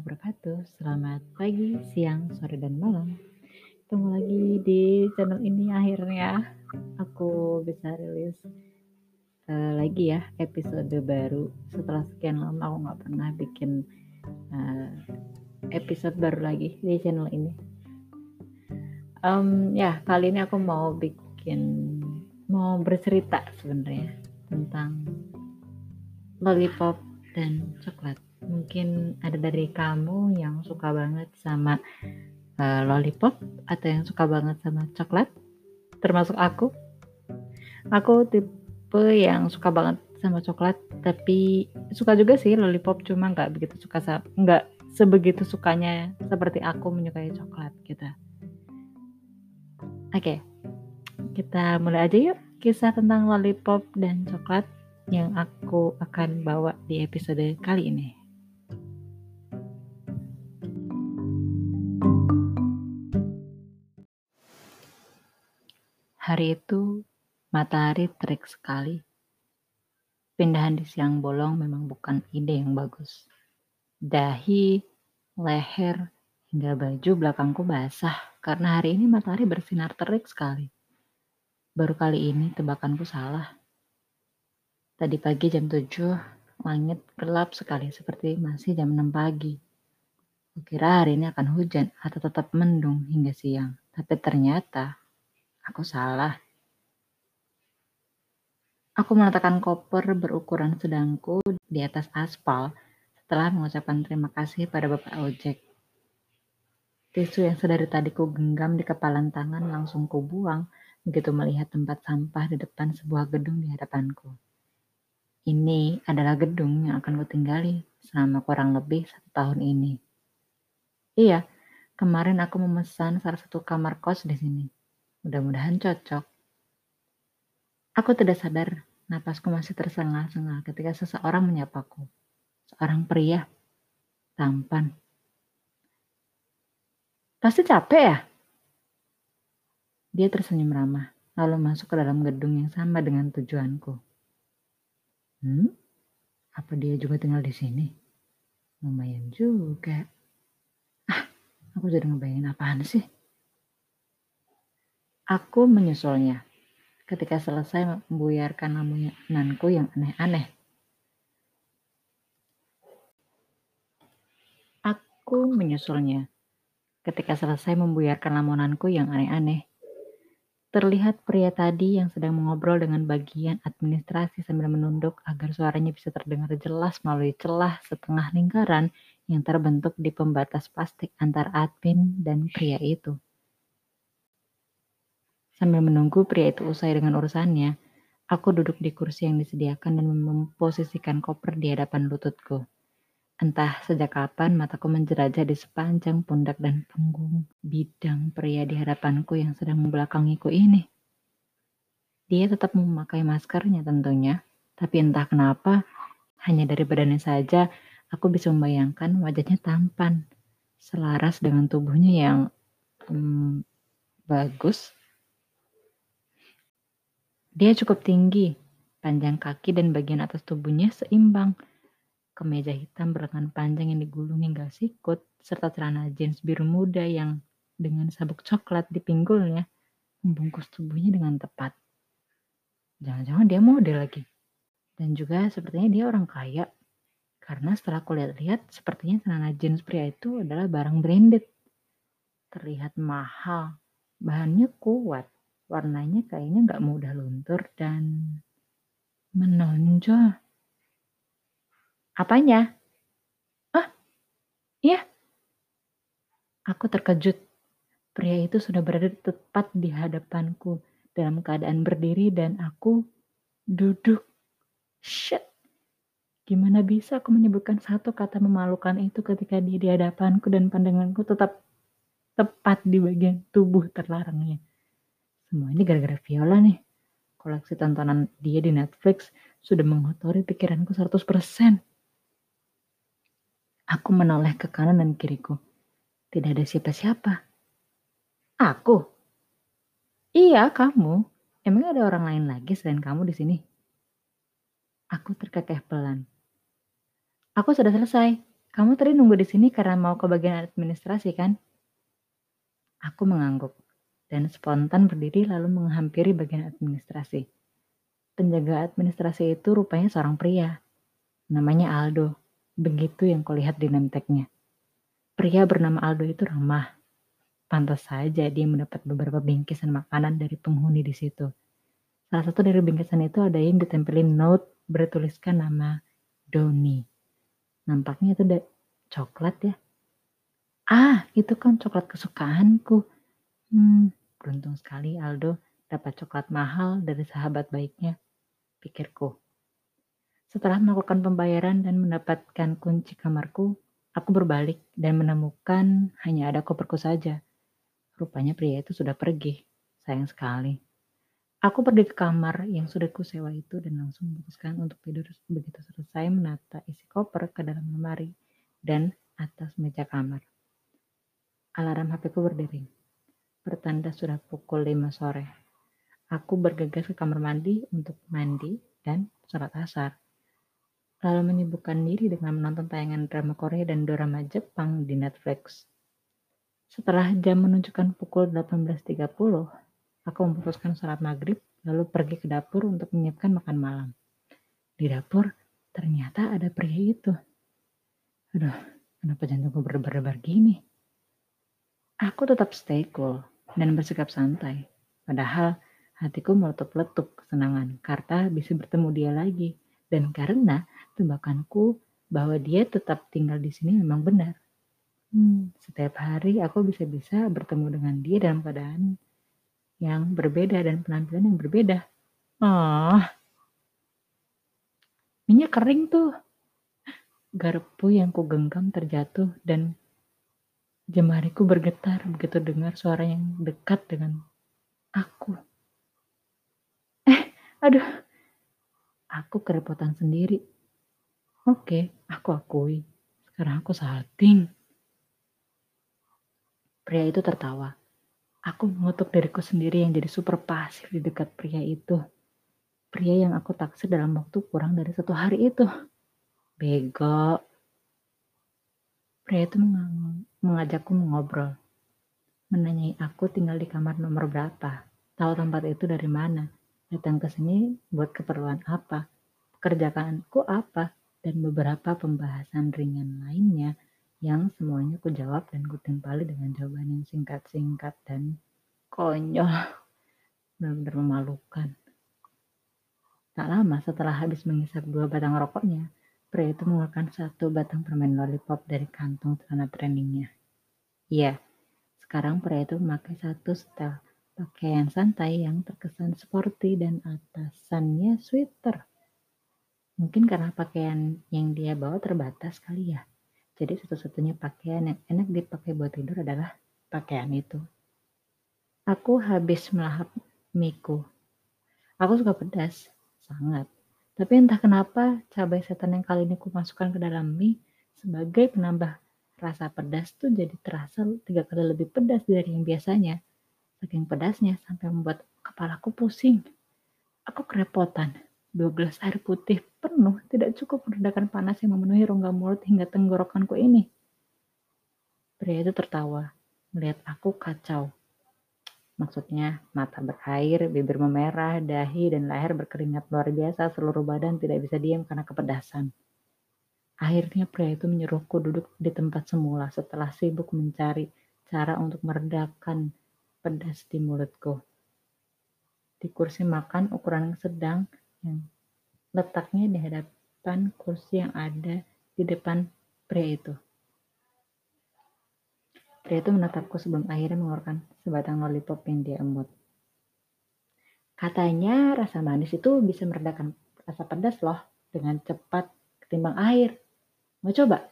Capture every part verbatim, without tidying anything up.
wabarakatuh. Selamat pagi, siang, sore, dan malam. Ketemu lagi di channel ini akhirnya aku bisa rilis uh, lagi ya episode baru. Setelah sekian lama aku nggak pernah bikin uh, episode baru lagi di channel ini. Um, ya kali ini aku mau bikin mau bercerita sebenarnya tentang lollipop dan coklat. Mungkin ada dari kamu yang suka banget sama uh, lollipop atau yang suka banget sama coklat, termasuk aku. Aku tipe yang suka banget sama coklat, tapi suka juga sih lollipop, cuma nggak begitu suka, nggak sebegitu sukanya seperti aku menyukai coklat gitu. Oke, kita mulai aja yuk kisah tentang lollipop dan coklat yang aku akan bawa di episode kali ini. Hari itu matahari terik sekali. Pindahan di siang bolong memang bukan ide yang bagus. Dahi, leher, hingga baju belakangku basah karena hari ini matahari bersinar terik sekali. Baru kali ini tebakanku salah. Tadi pagi jam tujuh, langit gelap sekali seperti masih jam enam pagi. Kukira hari ini akan hujan atau tetap mendung hingga siang, tapi ternyata aku salah. Aku meletakkan koper berukuran sedangku di atas aspal setelah mengucapkan terima kasih pada bapak ojek. Tisu yang sedari tadi ku genggam di kepalan tangan langsung ku buang begitu melihat tempat sampah di depan sebuah gedung di hadapanku. Ini adalah gedung yang akan ku tinggali selama kurang lebih satu tahun ini. Iya, kemarin aku memesan salah satu kamar kos di sini. Mudah-mudahan cocok. Aku tidak sadar, napasku masih tersengal-sengal ketika seseorang menyapaku. Seorang pria, tampan. Pasti capek ya? Dia tersenyum ramah, lalu masuk ke dalam gedung yang sama dengan tujuanku. Hmm? Apa dia juga tinggal di sini? Lumayan juga. Ah, aku jadi ngebayangin apaan sih? Aku menyusulnya. Ketika selesai membuyarkan lamunanku yang aneh-aneh. Aku menyusulnya. Ketika selesai membuyarkan lamunanku yang aneh-aneh. Terlihat pria tadi yang sedang mengobrol dengan bagian administrasi sambil menunduk agar suaranya bisa terdengar jelas melalui celah setengah lingkaran yang terbentuk di pembatas plastik antara admin dan pria itu. Sambil menunggu pria itu usai dengan urusannya, aku duduk di kursi yang disediakan dan memposisikan koper di hadapan lututku. Entah sejak kapan mataku menjelajah di sepanjang pundak dan punggung bidang pria di hadapanku yang sedang membelakangiku ini. Dia tetap memakai maskernya tentunya, tapi entah kenapa, hanya dari badannya saja aku bisa membayangkan wajahnya tampan, selaras dengan tubuhnya yang hmm, bagus. Dia cukup tinggi, panjang kaki dan bagian atas tubuhnya seimbang. Kemeja hitam berlengan panjang yang digulung hingga sikut, serta celana jeans biru muda yang dengan sabuk coklat di pinggulnya membungkus tubuhnya dengan tepat. Jangan-jangan dia model lagi. Dan juga sepertinya dia orang kaya. Karena setelah aku lihat-lihat, sepertinya celana jeans pria itu adalah barang branded. Terlihat mahal, bahannya kuat, warnanya kayaknya nggak mudah luntur dan menonjol. Apanya? Ah, iya. Aku terkejut. Pria itu sudah berada tepat di hadapanku dalam keadaan berdiri dan aku duduk. Shit. Gimana bisa aku menyebutkan satu kata memalukan itu ketika dia di hadapanku dan pandanganku tetap tepat di bagian tubuh terlarangnya. Semua ini gara-gara Viola nih. Koleksi tontonan dia di Netflix sudah mengotori pikiranku seratus persen. Aku menoleh ke kanan dan kiriku. Tidak ada siapa-siapa. Aku? Iya, kamu. Emang ada orang lain lagi selain kamu di sini? Aku terkekeh pelan. Aku sudah selesai. Kamu tadi nunggu di sini karena mau ke bagian administrasi kan? Aku mengangguk dan spontan berdiri lalu menghampiri bagian administrasi. Penjaga administrasi itu rupanya seorang pria. Namanya Aldo. Begitu yang kulihat di name tag-nya. Pria bernama Aldo itu ramah. Pantas saja dia mendapat beberapa bingkisan makanan dari penghuni di situ. Salah satu dari bingkisan itu ada yang ditempelin note bertuliskan nama Doni. Nampaknya itu ada coklat ya. Ah, itu kan coklat kesukaanku. Hmm, beruntung sekali Aldo dapat coklat mahal dari sahabat baiknya, pikirku. Setelah melakukan pembayaran dan mendapatkan kunci kamarku, aku berbalik dan menemukan hanya ada koperku saja. Rupanya pria itu sudah pergi. Sayang sekali. Aku pergi ke kamar yang sudah kusewa itu dan langsung memutuskan untuk tidur begitu selesai menata isi koper ke dalam lemari dan atas meja kamar. Alarm H P ku berdering. Pertanda sudah pukul lima sore. Aku bergegas ke kamar mandi untuk mandi dan sholat asar. Lalu menyibukkan diri dengan menonton tayangan drama Korea dan drama Jepang di Netflix. Setelah jam menunjukkan pukul delapan belas tiga puluh, aku memutuskan sholat maghrib lalu pergi ke dapur untuk menyiapkan makan malam. Di dapur, ternyata ada pria itu. Aduh, kenapa jantungku berdebar-debar gini? Aku tetap stay cool dan bersikap santai. Padahal hatiku meletup-letup kesenangan karena bisa bertemu dia lagi. Dan karena tebakanku bahwa dia tetap tinggal di sini memang benar. Hmm, setiap hari aku bisa-bisa bertemu dengan dia dalam keadaan yang berbeda dan penampilan yang berbeda. Oh, minyak kering tuh. Garpu yang kugenggam terjatuh dan jemariku bergetar begitu dengar suara yang dekat dengan aku. Eh, aduh, aku kerepotan sendiri. Oke, aku akui. Sekarang aku salting. Pria itu tertawa. Aku mengutuk diriku sendiri yang jadi super pasif di dekat pria itu. Pria yang aku taksir dalam waktu kurang dari satu hari itu. Bego. Pria itu meng- mengajakku mengobrol. Menanyai aku tinggal di kamar nomor berapa. Tahu tempat itu dari mana. Datang ke sini buat keperluan apa. Pekerjaanku apa. Dan beberapa pembahasan ringan lainnya yang semuanya ku jawab dan ku timpali dengan jawaban yang singkat-singkat dan konyol. Benar-benar memalukan. Tak lama setelah habis menghisap dua batang rokoknya, pria itu mengeluarkan satu batang permen lollipop dari kantong celana trainingnya. Iya, sekarang pria itu memakai satu setel pakaian santai yang terkesan sporty dan atasannya sweater. Mungkin karena pakaian yang dia bawa terbatas kali ya. Jadi satu-satunya pakaian yang enak dipakai buat tidur adalah pakaian itu. Aku habis melahap miku. Aku suka pedas, sangat. Tapi entah kenapa cabai setan yang kali ini kumasukkan ke dalam mie sebagai penambah rasa pedas tuh jadi terasa tiga kali lebih pedas dari yang biasanya. Saking pedasnya sampai membuat kepalaku pusing. Aku kerepotan. Dua gelas air putih penuh tidak cukup meredakan panas yang memenuhi rongga mulut hingga tenggorokanku ini. Pria itu tertawa, melihat aku kacau. Maksudnya mata berair, bibir memerah, dahi dan leher berkeringat luar biasa, seluruh badan tidak bisa diam karena kepedasan. Akhirnya pria itu menyuruhku duduk di tempat semula setelah sibuk mencari cara untuk meredakan pedas di mulutku. Di kursi makan ukuran yang sedang yang letaknya di hadapan kursi yang ada di depan pria itu. Pria itu menatapku sebelum akhirnya mengeluarkan sebatang lollipop yang dia emut. Katanya rasa manis itu bisa meredakan rasa pedas loh dengan cepat ketimbang air. Mau coba?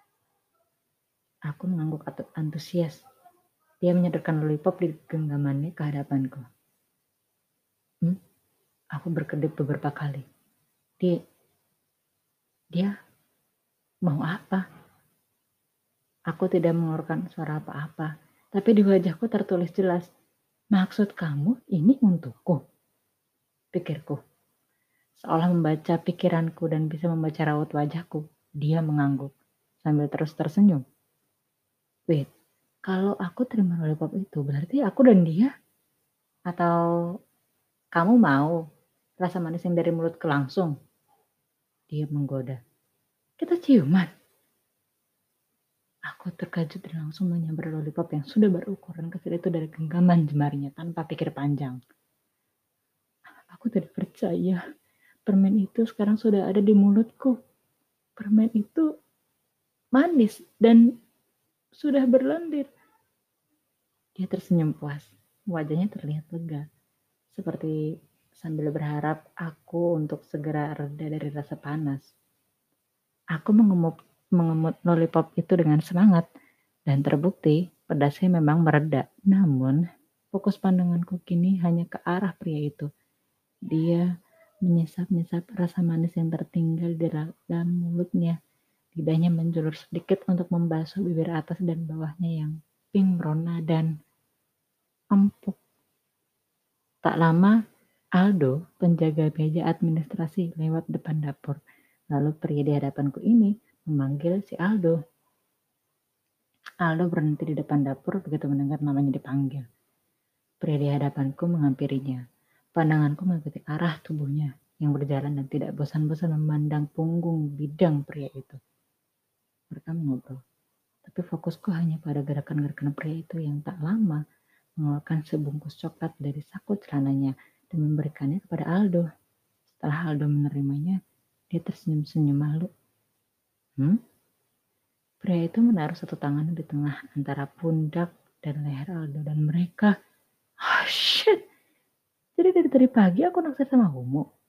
Aku mengangguk antusias. Dia menyodorkan lollipop di genggamannya ke hadapanku. Hmm? Aku berkedip beberapa kali. Dia, dia mau apa? Aku tidak mengeluarkan suara apa-apa, tapi di wajahku tertulis jelas, maksud kamu ini untukku? Pikirku. Seolah membaca pikiranku dan bisa membaca raut wajahku, dia mengangguk. sambil terus tersenyum. Wait, kalau aku terima lollipop itu berarti aku dan dia? Atau kamu mau rasa manis yang dari mulutku langsung? Dia menggoda. Kita ciuman. Aku terkejut dan langsung menyambar lollipop yang sudah berukuran kecil itu dari genggaman jemarinya tanpa pikir panjang. Aku tidak percaya. Permen itu sekarang sudah ada di mulutku. Permen itu manis dan sudah berlendir. Dia tersenyum puas. Wajahnya terlihat lega. Seperti sambil berharap aku untuk segera reda dari rasa panas. Aku mengemut, mengemut lollipop itu dengan semangat. Dan terbukti pedasnya memang mereda. Namun fokus pandanganku kini hanya ke arah pria itu. Dia menyesap-nyesap rasa manis yang tertinggal di dalam mulutnya. Lidahnya menjulur sedikit untuk membasuh bibir atas dan bawahnya yang pink merona dan empuk. Tak lama, Aldo, penjaga meja administrasi, lewat depan dapur. Lalu pria di hadapanku ini memanggil si Aldo. Aldo berhenti di depan dapur begitu mendengar namanya dipanggil. Pria di hadapanku menghampirinya. Pandanganku mengikuti arah tubuhnya yang berjalan dan tidak bosan-bosan memandang punggung bidang pria itu. Mereka mengobrol, tapi fokusku hanya pada gerakan-gerakan pria itu yang tak lama mengeluarkan sebungkus coklat dari saku celananya dan memberikannya kepada Aldo. Setelah Aldo menerimanya, dia tersenyum-senyum malu. Hmm? Pria itu menaruh satu tangan di tengah antara pundak dan leher Aldo dan mereka, oh shit, jadi dari tadi pagi aku naksir sama Homo.